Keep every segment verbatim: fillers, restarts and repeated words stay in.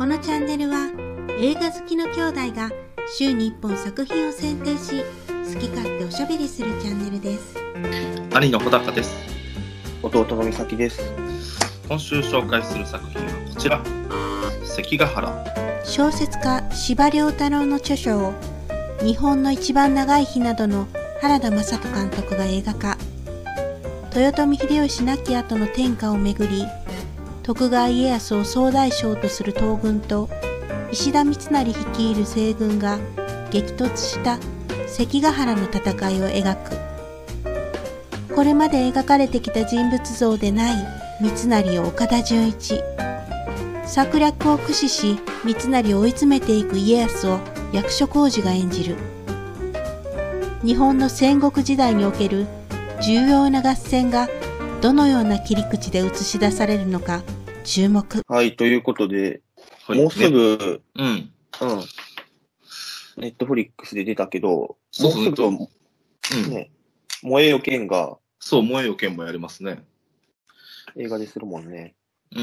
このチャンネルは映画好きの兄弟が週にいっぽん作品を選定し、好き勝手おしゃべりするチャンネルです。 兄の穂高です。 弟の美咲です。 今週紹介する作品はこちら、関ヶ原。 小説家司馬遼太郎の著書を日本の一番長い日などの原田雅人監督が映画化。豊臣秀吉亡き後の天下をめぐり、徳川家康を総大将とする東軍と石田三成率いる西軍が激突した関ヶ原の戦いを描く。これまで描かれてきた人物像でない三成を岡田准一、策略を駆使し三成を追い詰めていく家康を役所広司が演じる。日本の戦国時代における重要な合戦がどのような切り口で映し出されるのか注目。 はい、ということで、 はい、 もうすぐ、 うん。うん。 ネットフリックスで出たけど、 そうそうもうすぐ、 うん、 ね、燃えよ剣が、 そう、燃えよ剣もやりますね。 映画でするもんね。 うん。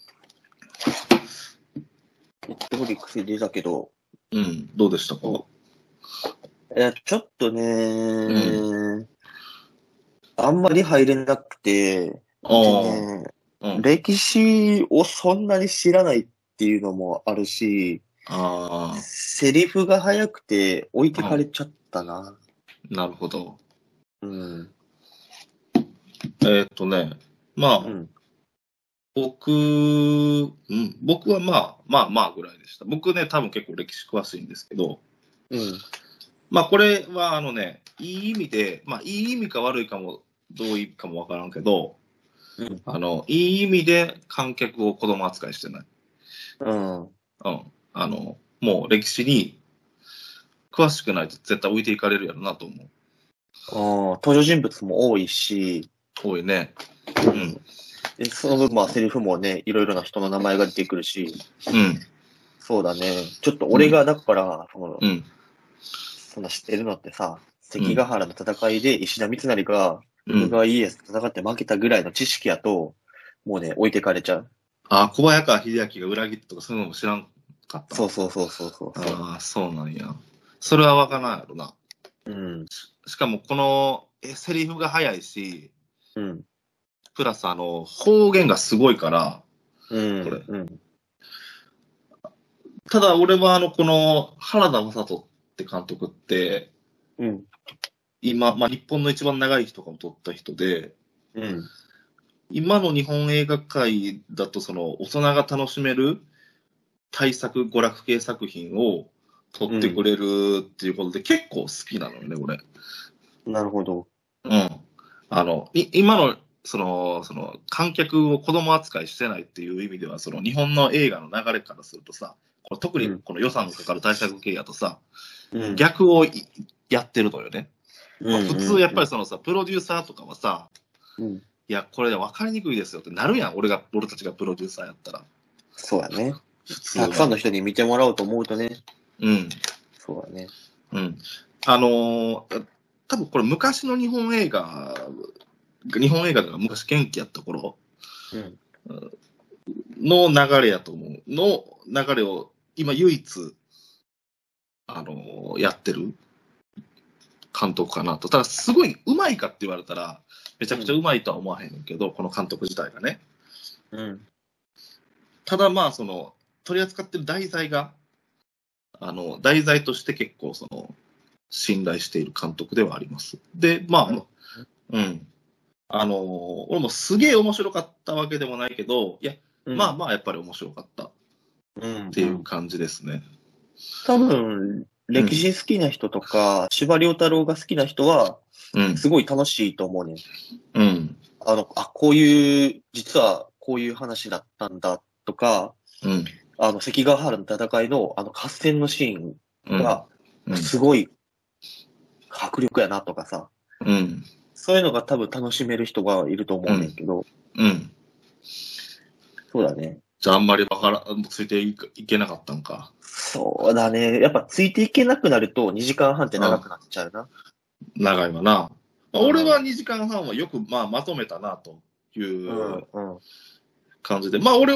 ネットフリックスで出たけど、 うん、どうでしたか？ いや、ちょっとね、 うん、 あんまり入れなくて、 あねうん、 歴史をそんなに知らないっていうのもあるし、 あセリフが早くて置いてかれちゃったな。 なるほど。 うん。 えー、っとね、まあ、うん、僕、うん、僕はまあ、まあまあぐらいでした。僕ね、多分結構歴史詳しいんですけど、 うん。 まあこれはあのね、いい意味で、まあいい意味か悪いかも、どういう意味かもわからんけど、うん、あの、いい意味で観客を子供扱いしてない。 うん。 うん。あの、もう歴史に詳しくないと絶対置いていかれるやろなと思う。 ああ、登場人物も多いし。 多いね。 うん。でその分、まあ、セリフもね、いろいろな人の名前が出てくるし。 うん。 そうだね。ちょっと俺が、だから、その、 うん。 そんな知ってるのってさ、関ヶ原の戦いで石田三成が、徳川家康と戦って負けたぐらいの知識やと、もうね、置いてかれちゃう。 ああ、小早川秀明が裏切ったとかそういうのも知らんかった。 そうそうそうそうそう。 ああ、そうなんや。それはわからんやろな。 うん。 し, しかも、この、え、セリフが早いし、 うん。 プラス、あの、方言がすごいから、 うん。 これ。 うん。 ただ、俺は、あの、この、原田雅人って監督って、 うん。 今、まあ、日本の一番長い日とかも撮った人で、 うん。 今の日本映画界だと、その、大人が楽しめる大作、娯楽系作品を撮ってくれるっていうことで、結構好きなのよね、俺。 なるほど。 うん。あの、い今の、その、その、観客を子供扱いしてないっていう意味では、その、日本の映画の流れからするとさ、この特にこの予算のかかる大作系やとさ、うん、逆をやってるのよね。まあ、普通やっぱりそのさ、プロデューサーとかはさ、うん、いや、これ分かりにくいですよってなるやん、俺が、俺たちがプロデューサーやったら。 そうやね。たくさんの人に見てもらおうと思うとね。 うん。 そうだね。 うん。あのー、多分これ昔の日本映画、日本映画が昔元気やった頃の流れやと思う。の流れを今唯一、あのー、やってる監督かなと。ただすごい上手いかって言われたら、めちゃくちゃ上手いとは思わへんけど、うん、この監督自体がね。 うん。 ただまあ、その、取り扱ってる題材が、あの、題材として結構その、信頼している監督ではあります。で、まあ、うん。うん、あのー、俺もすげえ面白かったわけでもないけど、いや、うん、まあまあやっぱり面白かったっていう感じですね。 多分、歴史好きな人とか、司馬遼太郎が好きな人は、すごい楽しいと思うね。 うん。 あの、あ、こういう、実はこういう話だったんだとか、うん、あの、関ヶ原の戦いのあの合戦のシーンが、すごい迫力やなとかさ、うん、そういうのが多分楽しめる人がいると思うんだけど、うん。うん、そうだね。 じゃああんまりわからん、ついていけなかったんか。 そうだね。やっぱついていけなくなるとにじかんはんって長くなっちゃうな。 長いわな。俺はにじかんはんはよく、まあ、まとめたなという感じで。まあ俺は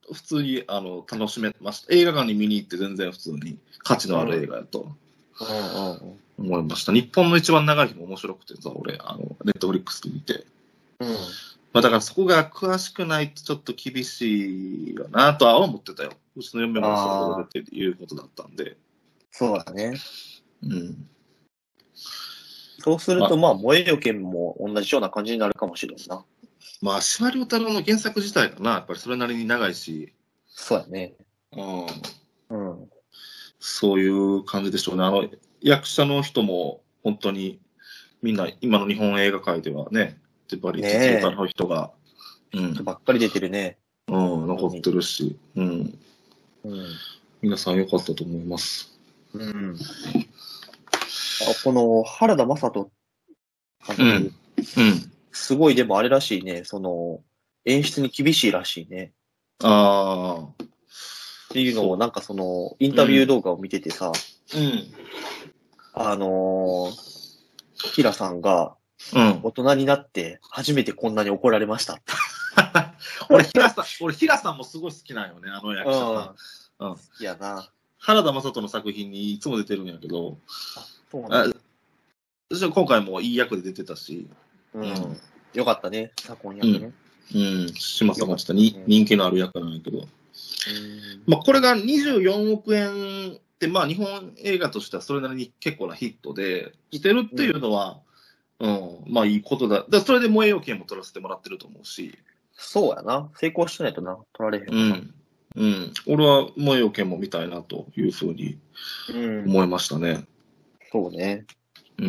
普通にあの楽しめました。映画館に見に行って全然普通に価値のある映画やと思いました。日本の一番長い日も面白くてさ、俺、あのネットフリックスで見て。 うん。 まあ、だからそこが詳しくないとちょっと厳しいよなとは思ってたよ。うちの嫁もそうっていうことだったんで。 そうだね。 うん。 そうすると、まあ、燃えよ剣も同じような感じになるかもしれんな。 まあ、司馬遼太郎の原作自体がな、やっぱりそれなりに長いし。 そうやね。 うん。 うん。 そういう感じでしょうね。あの、役者の人も本当にみんな今の日本映画界ではね、やっぱり実力派の人が、 うん、ばっかり出てるね。 うん、残ってるし、うん。 うん、 皆さん良かったと思います。 うん。あ、この原田雅人監督、うん、うん、すごいでもあれらしいね、その、演出に厳しいらしいね。 ああ。 っていうのを、なんかその、インタビュー動画を見ててさ、 うん。 あのー、平さんが、うん、大人になって初めてこんなに怒られました。 俺、平さん、俺、平さんもすごい好きなんよね、あの役者さん。うん。好きやな。 原田雅人の作品にいつも出てるんやけど、 そうなんだ。 今回もいい役で出てたし。 うん。うん、よかったね、左近役ね。 うん。うん。島さんがちょっとに、うん、人気のある役なんやけど。うん、まあ、これがにじゅうよんおくえんって、まあ、日本映画としてはそれなりに結構なヒットで、してるっていうのは、うん、うん、まあいいことだ。だそれで燃えよ剣も取らせてもらってると思うし。 そうやな。成功してないとな、取られへんかな。 うん。うん。俺は燃えよ剣も見たいなというふうに思いましたね。うん、 そうね。 うん。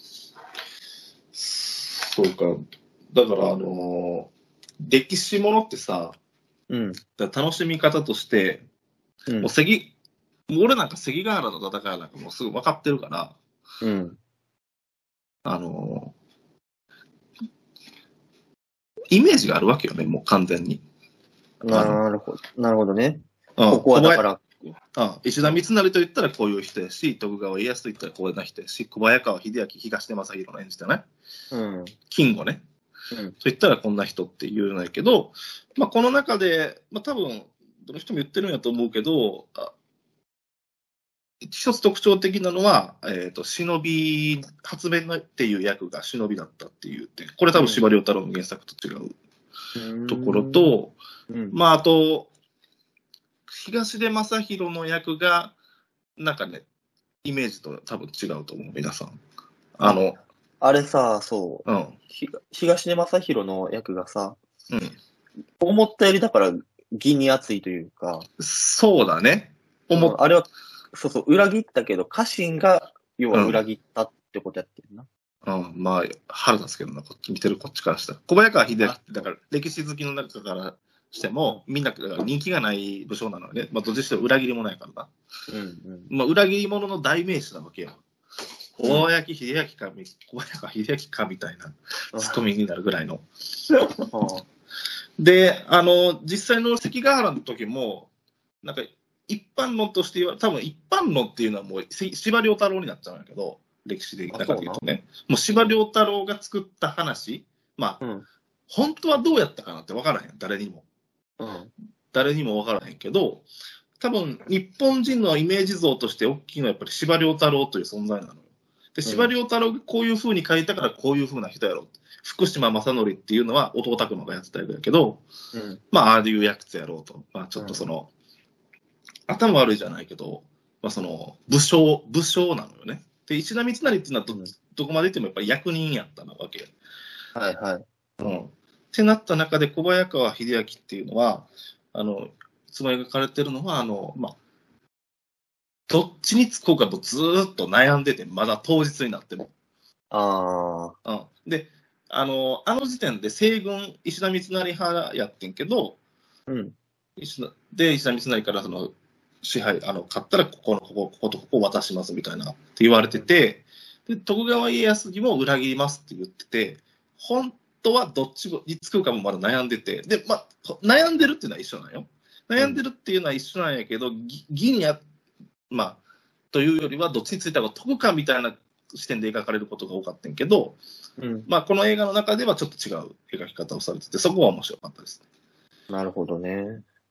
そうか。だから、あのー、歴史ものってさ、 うん、 楽しみ方として、うん、もう関、もう俺なんか関ヶ原の戦いなんかもうすぐ分かってるから、 うん、 あのー、イメージがあるわけよね、もう完全に。 なるほど、なるほどね。うん、ここはだから、 うん、石田三成と言ったらこういう人やし、徳川家康と言ったらこういう人やし、小早川秀明、東出昌大の演じたね、 うん、 金吾ね、うん、と言ったらこんな人って言うないけど、まあ、この中で、まあ、多分どの人も言ってるんやと思うけど、あ一つ特徴的なのは、えーと、忍び、初面のっていう役が忍びだったっていう点、これ多分司馬遼太郎の原作と違うところと、うん、まあ、あと、東出昌大の役が、なんかね、イメージと多分違うと思う、皆さん。あの、 あれさ、そう、 うん、 東出昌大の役がさ、 うん、 思ったよりだから、義に熱いというか。 そうだね。 思っ、うん、あれは、そうそう、裏切ったけど、家臣が、要は裏切ったってことやってるな。 うん、うん、まあ、腹立つけどな、こっち見てるこっちからしたら。小早川秀明って、だから歴史好きの中からしても、みんな人気がない武将なのね。まあ、どっちにしても裏切りもないからな。 うんうん、 まあ、裏切り者の代名詞なわけよ。大焼秀明か、小早川秀明かみたいなツッコミになるぐらいの。で、あの、実際の関ヶ原の時も、なんか、一般論として言われ、多分一般論っていうのはもう司馬遼太郎になっちゃうんやけど、歴史的な感じで言うとね。もう司馬遼太郎が作った話、まあ、うん、本当はどうやったかなって分からへん、誰にも。 うん、 誰にも分からへんけど、多分日本人のイメージ像として大きいのはやっぱり司馬遼太郎という存在なのよ。で、司馬遼太郎がこういう風に書いたからこういう風な人やろう。福島正則っていうのは弟拓磨がやってた役だけど、うん、まあ、ああいう役者やろうと。まあ、ちょっとその、うん、頭悪いじゃないけど、まあ、その、武将、武将なのよね。で、石田三成っていうのは ど,、うん、どこまで言ってもやっぱり役人やったなわけ。 はいはい。 うん。ってなった中で小早川秀明っていうのは、あの、つまり描かれてるのは、あの、まあ、どっちにつこうかとずーっと悩んでて、まだ当日になっても。 ああ。うん。で、あの、あの時点で西軍、石田三成派やってんけど、 うん。 石田で、石田三成からその、支配、あの、買ったらここの、ここ、こことここ渡しますみたいなって言われてて、で、徳川家康にも裏切りますって言ってて、本当はどっちにつくかもまだ悩んでて、で、まあ、悩んでるっていうのは一緒なんよ。悩んでるっていうのは一緒なんやけど、義にや、まあ、というよりはどっちについた方が得かみたいな視点で描かれることが多かったんけど、うん、まあ、この映画の中ではちょっと違う描き方をされてて、そこは面白かったです。 なるほどね。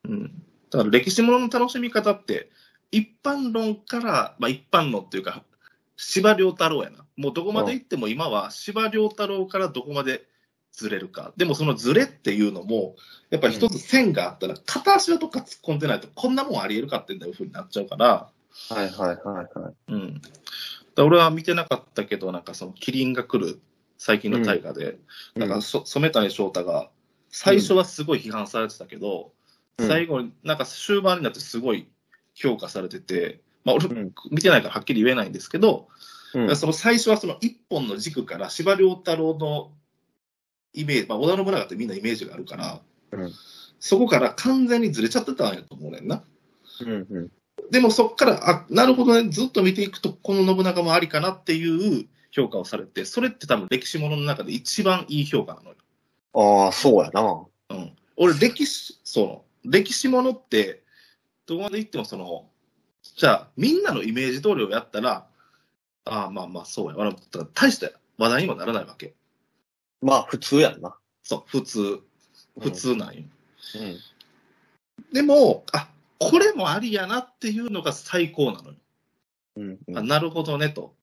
うん。だから歴史ものの楽しみ方って、一般論から、まあ一般論っていうか、司馬遼太郎やな。もうどこまで行っても今は司馬遼太郎からどこまでずれるか。でもそのずれっていうのも、やっぱり一つ線があったら、片足のとか突っ込んでないと、こんなもんありえるかっていうふうになっちゃうから。 はいはいはいはい。 うん。だ俺は見てなかったけど、なんかそのキリンが来る最近の大河で、うん、なんかそ染谷翔太が、最初はすごい批判されてたけど、うん、最後になんか終盤になってすごい評価されてて、まあ俺見てないからはっきり言えないんですけど、うん、その最初はその一本の軸から司馬遼太郎のイメージ、まあ、織田信長ってみんなイメージがあるから、うん、そこから完全にずれちゃってたんやと思うねんな。 うんうん、 でもそこから、あ、なるほどね、ずっと見ていくとこの信長もありかなっていう評価をされて、それって多分歴史ものの中で一番いい評価なのよ。 ああ、そうやな。 うん。俺歴史、その、歴史ものって、どこまで言ってもその、じゃあみんなのイメージ通りをやったら、ああ、まあまあそうや。大した話題にもならないわけ。 まあ普通やんな。 そう、普通。普通なんよ。うんうん、でも、あ、これもありやなっていうのが最高なのよ。うんうん、あなるほどね、と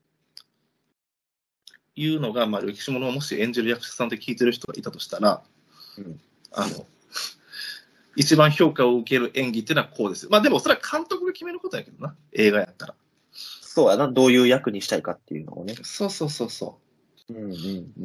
いうのが、まあ、歴史ものをもし演じる役者さんで聞いてる人がいたとしたら、うん、あの、一番評価を受ける演技っていうのはこうですよ。まあでもそれは監督が決めることやけどな、映画やったら。 そうやな、どういう役にしたいかっていうのをね。 そうそうそうそう。 うんうんうん。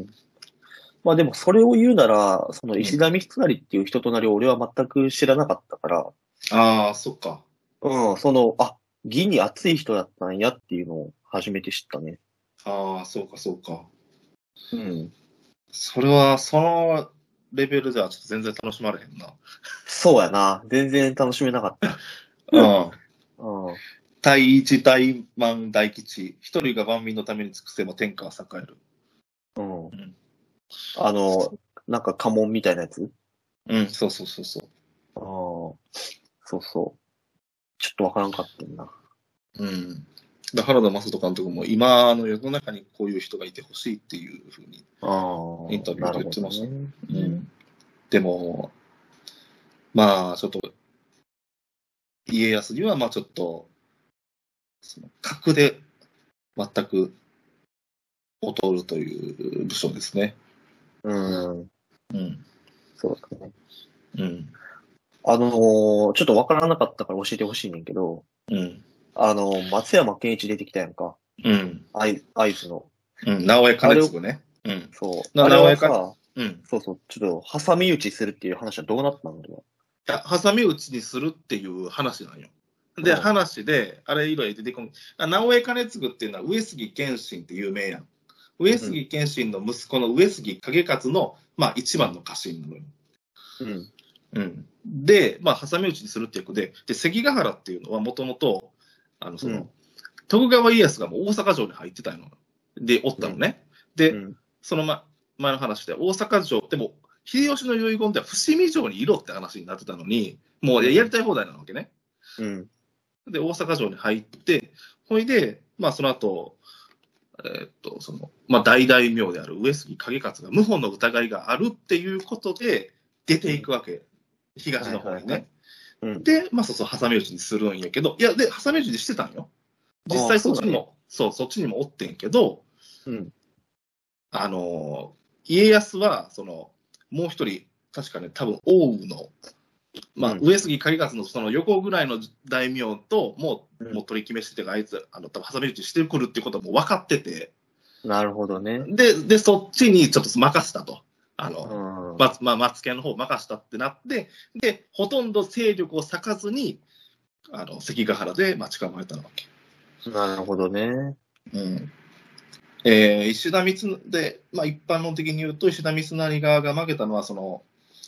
まあでもそれを言うなら、その石田三成っていう人となりを俺は全く知らなかったから。 ああ、そっか。 うん、その、あ、義に熱い人だったんやっていうのを初めて知ったね。 ああ、そうかそうか。 うん。 それは、そのレベルではちょっと全然楽しまれへんな。 そうやな。全然楽しめなかった。 うん。うん。大一大万大吉。一人が万民のために尽くせば天下は栄える。 うん。うん、あの、なんか家紋みたいなやつ？ うん、そうそうそうそう。 ああ、そうそう。ちょっとわからんかったんな。 うん。で原田雅人監督も今の世の中にこういう人がいてほしいっていうふうにインタビューで言ってました。ねうん、でも、まあちょっと家康にはまあちょっとその格で全く劣るという部署ですね。 うん。うん。そうだね。 うん。 あのー、ちょっとわからなかったから教えてほしいねんけど、 うん。 あのー、松山健一出てきたやんか。 うん。 会津の。 うん。直江兼次ね。 うん。そう。 直江か。うん。そうそう。ちょっと、挟み撃ちするっていう話はどうなったんだろう。いや、挟み撃ちにするっていう話なんよ。で、話で、あれいろいろ出てこん。直江兼次っていうのは上杉謙信って有名やん。上杉謙信の息子の上杉景勝の、まあ一番の家臣なのよ。うん。うん。で、まあ、挟み撃ちにするっていうことで、で、関ヶ原っていうのはもともと、あの、その、うん、徳川家康がもう大阪城に入ってたの。で、おったのね。うん、で、うん、その、ま、前の話で、大阪城、でも、秀吉の遺言では伏見城にいろって話になってたのに、もうやりたい放題なわけね。うん。で、大阪城に入って、ほいで、まあ、その後、えー、っと、その、まあ、大大名である上杉景勝が謀反の疑いがあるっていうことで、出ていくわけ。うん東の方にね。はいはいはい、で、まあそうそう、挟み撃ちにするんやけど、いや、で、挟み撃ちにしてたんよ。実際そっちにも、そう、そう、そっちにもおってんけど、うん、あの、家康は、その、もう一人、確かね、多分、奥羽の、まあ、うん、上杉景勝のその横ぐらいの大名と、もう、うん、もう取り決めしてて、あいつ、あの、多分挟み撃ちしてくるっていうことはもう分かってて。 なるほどね。 で、で、そっちにちょっと任せたと。あの、うん、ま、まあ、松家の方を任したってなって、で、ほとんど勢力を割かずに、あの、関ヶ原で待ち構えたわけ。 なるほどね。 うん。えー、石田三成で、まあ、一般論的に言うと、石田三成側が負けたのは、その、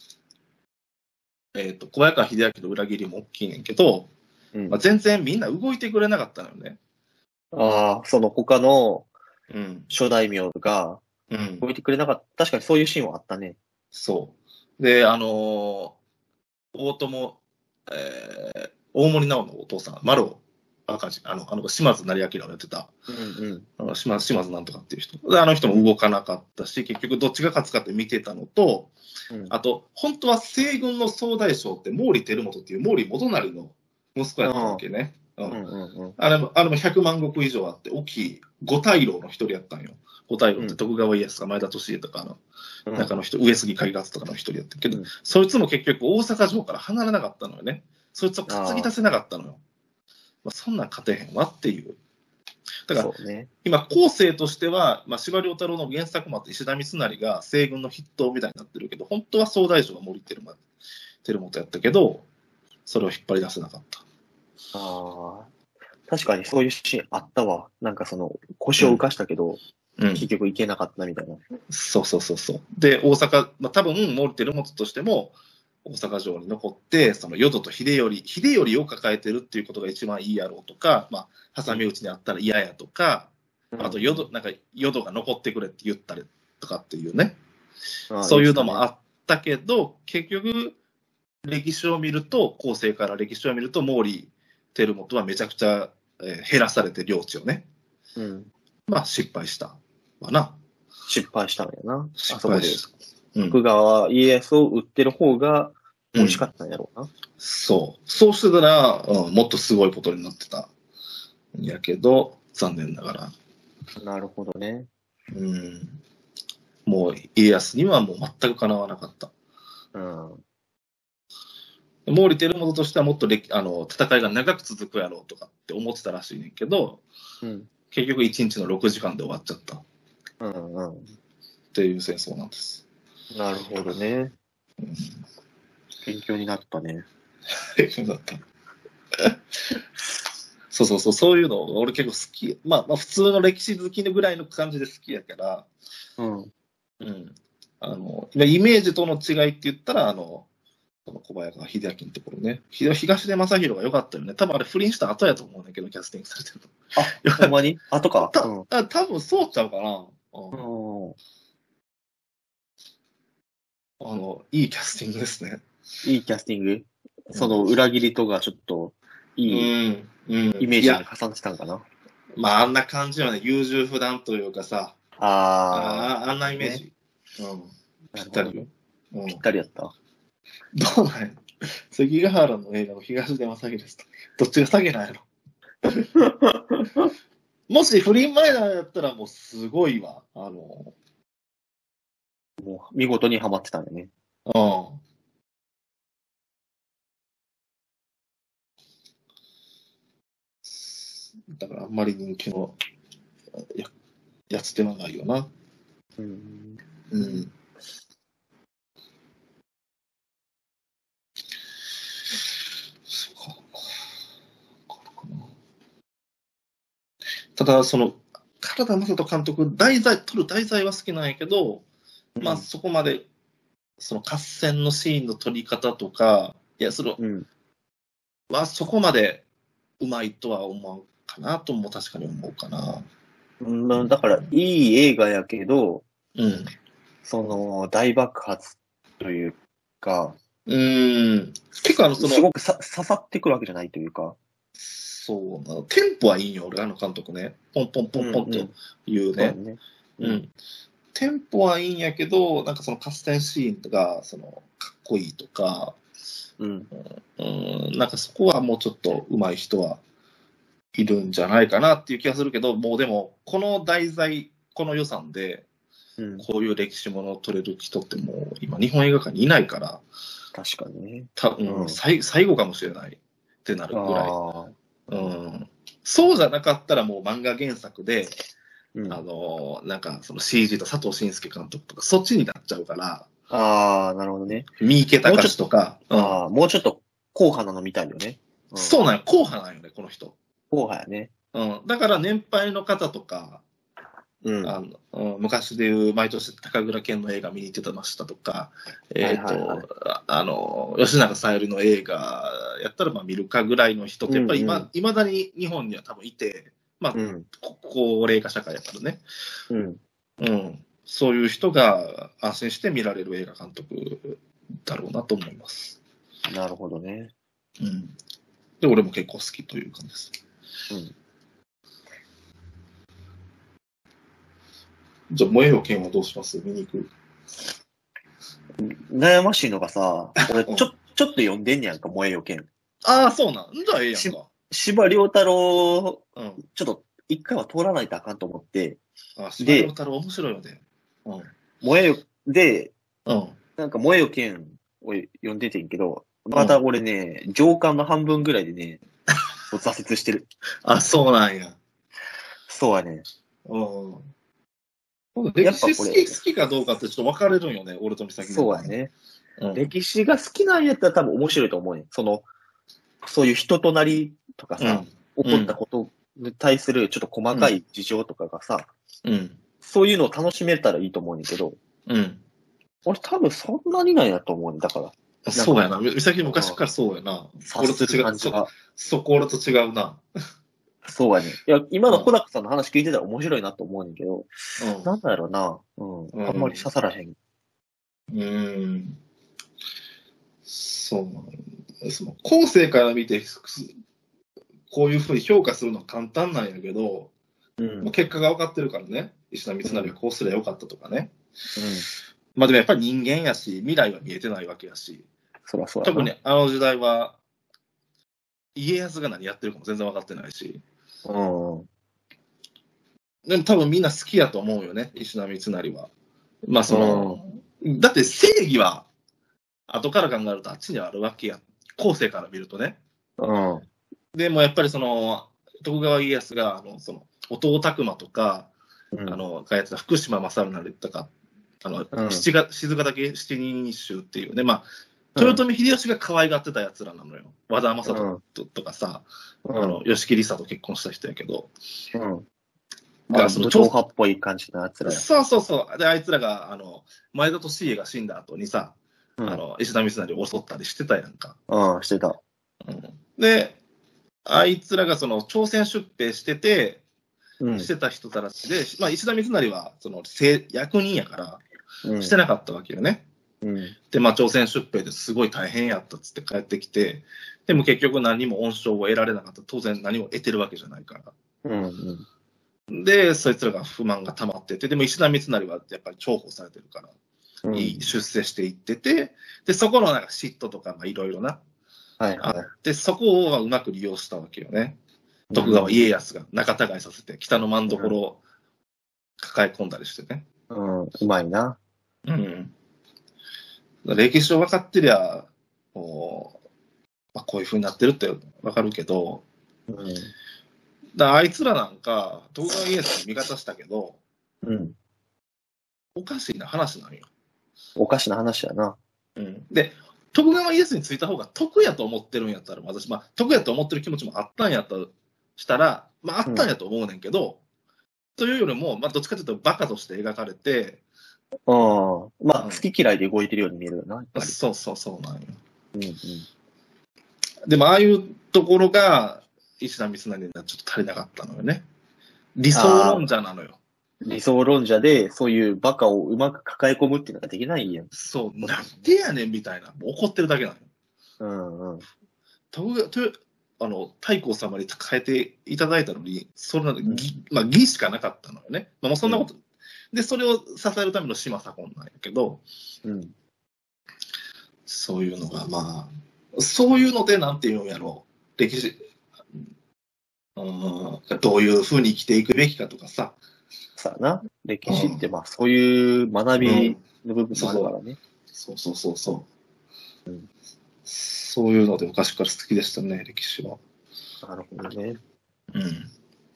えっ、ー、と、小早川秀明の裏切りも大きいねんけど、うんまあ、全然みんな動いてくれなかったのよね。 ああ、その他の、諸大名が、うん。動いてくれなかった。確かにそういうシーンはあったね。 そう。で、あのー、大友、えー、大森直のお父さん、丸尾赤字、あの、あの、島津成明をやってた、うんうん、あの島津、島津なんとかっていう人。で、あの人も動かなかったし、結局どっちが勝つかって見てたのと、 うん、 あと、本当は西軍の総大将って毛利輝元っていう毛利元就の息子やったわけね。うんうんうん、あれも、あれもひゃくまん石以上あって、大きい五大老の一人やったんよ。五大老って徳川家康とか前田利家とかの、うん、中の人、上杉海勝とかの一人やったけど、うん、そいつも結局大阪城から離れなかったのよね。そいつを担ぎ出せなかったのよ。まあ、そんなん勝てへんわっていう。だから、ね、今、後世としては、まあ、司馬遼太郎の原作もあって石田三成が西軍の筆頭みたいになってるけど、本当は総大将が毛利輝元やったけど、それを引っ張り出せなかった。 ああ、確かにそういうシーンあったわ。なんかその、腰を浮かしたけど、うん、結局行けなかったみたいな。 そうそうそうそう。で、大阪、まあ、多分、毛利輝元としても、大阪城に残って、その淀と秀頼、秀頼を抱えてるっていうことが一番いいやろうとか、まあ、挟み撃ちにあったら嫌やとか、うん、あと淀、なんか淀が残ってくれって言ったりとかっていうね、ああそういうのもあったけど、結局、歴史を見ると、後世から歴史を見ると、毛利輝元はめちゃくちゃ、えー、減らされて領地をね、 うん、 まあ失敗したわな。 失敗したんやな。 失敗した。 徳川家康を売ってる方が美味しかったんやろうな。うん、 そう。そうしてたら、うん、もっとすごいことになってたんやけど、残念ながら。 なるほどね。 うん。もう家康にはもう全くかなわなかった。 うん。 毛利輝元としてはもっとあの戦いが長く続くやろうとかって思ってたらしいねんけど、 うん、 結局いちにちのろくじかんで終わっちゃった。 うんうん。 っていう戦争なんです。 なるほどね。うん、勉強になったね。 勉強になった。そうそうそう、そういうの俺結構好き。まあ、まあ普通の歴史好きのぐらいの感じで好きやから、 うん。 うん。あの、イメージとの違いって言ったら、あの、その小早川秀明のところね。東出昌大が良かったよね。多分あれ不倫した後やと思うんだけど、キャスティングされてるの。あ、ほんまに後か。 た、うん、あ多分そうちゃうかな。 うん。 あの、いいキャスティングですね。 いいキャスティング、うん、その裏切りとかちょっといいイメージに重ねてたんかな。 まああんな感じはね、優柔不断というかさ。 ああ。あんなイメージ。ね、うん。ぴったりよ。 うん、ぴったりやった。 どうなんや関ヶ原の映画の東出昌大ですと。どっちが下げなんやろ。もし不倫前なんやったらもうすごいわ。あの、もう見事にハマってたんだね。 うん。だからあんまり人気の や, やつではないよな。 うん。 うん。ただ、その、原田雅人監督、題材、撮る題材は好きなんやけど、うん、まあそこまで、その合戦のシーンの撮り方とか、いや、その、うん、はそこまでうまいとは思うかなとも確かに思うかな。 うん、だから、いい映画やけど、 うん。 その、大爆発というか、 うん。結構あの、その、 すごくさ刺さってくるわけじゃないというか、 そうなの。テンポはいいよ、俺、あの監督ね。ポンポンポンポンというね。うん、ねうん。テンポはいいんやけど、なんかその合戦シーンが、その、かっこいいとか、 うん。 うん、なんかそこはもうちょっと上手い人はいるんじゃないかなっていう気がするけど、もうでも、この題材、この予算で、こういう歴史ものを撮れる人ってもう、今、日本映画館にいないから、 確かにね。 多分、うん、最後かもしれないってなるぐらい。うん、そうじゃなかったらもう漫画原作で、うん、あのなんかその シージー と佐藤慎介監督とかそっちになっちゃうから。 ああ、なるほどね。 三池隆とか。 うん、ああ、もうちょっと硬派なのみたいよね。 うん、そうなんよ、硬派なんよね、この人。 硬派やね。 うん。だから年配の方とか、うん、あのうん、昔でいう毎年高倉健の映画見に行ってたましたとか、えっ、ー、と、はいはいはい、あの、吉永小百合の映画やったらまあ見るかぐらいの人ってやっぱり今、いまだに日本には多分いて、まあ、うん、高齢化社会やからね、 うん。 うん。そういう人が安心して見られる映画監督だろうなと思います。 なるほどね。 うん。で、俺も結構好きという感じです。 うん。 じゃあ、燃えよ剣はどうします？見に行く？ 悩ましいのがさ、俺ちょ、ちょっと読んでんねやんか、燃えよ剣。 ああ、そうなん。じゃあええやんか。 司馬遼太郎、うん、ちょっと一回は通らないとあかんと思って。 あ、司馬遼太郎面白いよね。 うん。燃えよ、で、うん。なんか燃えよ剣を読んでてんけど、また俺ね、うん、上巻の半分ぐらいでね、挫折してる。 あ、そうなんや。 そうやね。 うん。歴史好き、好きかどうかってちょっと分かれるんよね、俺と美咲。 そうやね、うん。歴史が好きなんやったら多分面白いと思うね。その、そういう人となりとかさ、うん、起こったことに対するちょっと細かい事情とかがさ、うん、そういうのを楽しめたらいいと思うねんけど、うん、俺多分そんなになんやと思うねん。だから。 そうやな。美咲昔からそうやな。俺と違う。そ、そこ俺と違うな。 そうやね。いや、今の小高さんの話聞いてたら面白いなと思うねんけど、うん、なんだろうな、うん。あんまり刺さらへん。 うん。うんそうその後世から見て、こういうふうに評価するのは簡単なんやけど、うん、結果が分かってるからね、石田三成はこうすればよかったとかね。うん、まあでもやっぱり人間やし、未来は見えてないわけやし、 そらそう特にあの時代は、家康が何やってるかも全然分かってないし、うん、でも多分みんな好きやと思うよね、石田三成は。まあその、うん、だって正義は、後から考えるとあっちにはあるわけや。後世から見るとね。うん。でもやっぱりその、徳川家康が、あの、その、弟拓磨とか、うん、あの、がやってた福島正成とか、あの、うん、七が静岳七人衆っていうね、まあ、豊臣秀吉が可愛がってたやつらなのよ。和田正人 と,、うん、とかさ、うん、あの、吉木りさと結婚した人やけど。うん。 だからその、武闘派っぽい感じのやつらや。 そうそうそう。で、あいつらが、あの、前田利家が死んだ後にさ、うん、あの石田三成を襲ったりしてたやんか。 ああ、してた、 うん。で、あいつらがその朝鮮出兵してて、うん、してた人たちで、まあ、石田三成はその役人やから、うん、してなかったわけよね。うん、で、まあ、朝鮮出兵ですごい大変やったっつって帰ってきて、でも結局何も恩賞を得られなかった。当然何も得てるわけじゃないから。うんうん、で、そいつらが不満が溜まってて、でも石田三成はやっぱり重宝されてるから。うん、出世していってて、で、そこのなんか嫉妬とかいろいろな、はいはい、あって、そこをうまく利用したわけよね。うん、徳川家康が仲違いさせて、北の真所を抱え込んだりしてね。 うん、うまいな。 うん。歴史を分かってりゃ、こう、まあ、こういう風になってるって分かるけど、うん、だあいつらなんか、徳川家康に味方したけど、うん、おかしいな話なんよ。 おかしな話やな。 うん。で、徳川家康についた方が得やと思ってるんやったら、私、まあ、得やと思ってる気持ちもあったんやとしたら、まあ、あったんやと思うねんけど、うん、というよりも、まあ、どっちかというと、バカとして描かれて、 ああ、まあ、好き嫌いで動いてるように見えるよな。 そうそうそうなんよ。うんうん。でも、ああいうところが、石田三成にはちょっと足りなかったのよね。理想論者なのよ。 理想論者で、そういうバカをうまく抱え込むっていうのができないやん。 そう、なんでやねんみたいな。怒ってるだけなのよ。 うんうん。 と、と、あの、太閤様に変えていただいたのに、それなの義、まあ、義しかなかったのよね。まあ、もうそんなこと、うん、で、それを支えるための島左近なんやけど、うん。そういうのが、まあ、そういうので、なんていうんやろう、歴史、うん、どういうふうに生きていくべきかとかさ、 さあな、歴史ってまあそういう学びの部分もあるからね。うん、 そうそうそうそう、うん。そういうので昔から好きでしたね、歴史は。 なるほどね。 うん。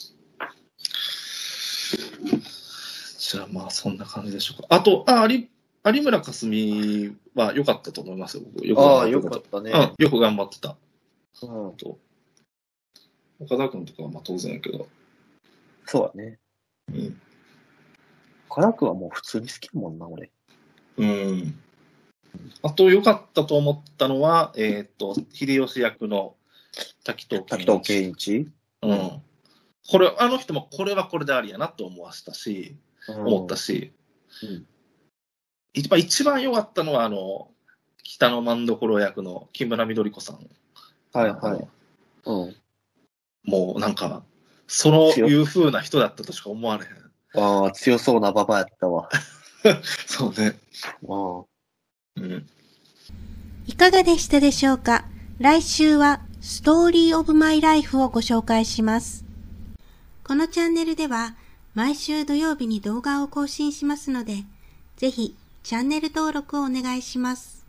じゃあまあそんな感じでしょうか。あと、あ、有有村架純は良かったと思いますよ。 僕よくああ、良かったね、 うん。よく頑張ってた。うん、と岡田君とかはまあ当然やけど。 そうだね。うん。岡田君はもう普通に好きだもんな、俺。 うん。あと良かったと思ったのは、えっと、秀吉役の滝藤賢一。 うん。これ、あの人もこれはこれでありやなと思わせたし、うん、思ったし、うん、一番一番良かったのは、あの、北の真所役の木村緑子さん。 はいはい。 うん。もうなんか、そういう風な人だったとしか思われへん。 ああ、強そうなババアやったわ。 そうね。 ああ。 うん。 いかがでしたでしょうか？来週はストーリーオブマイライフをご紹介します。このチャンネルでは毎週土曜日に動画を更新しますので、ぜひチャンネル登録をお願いします。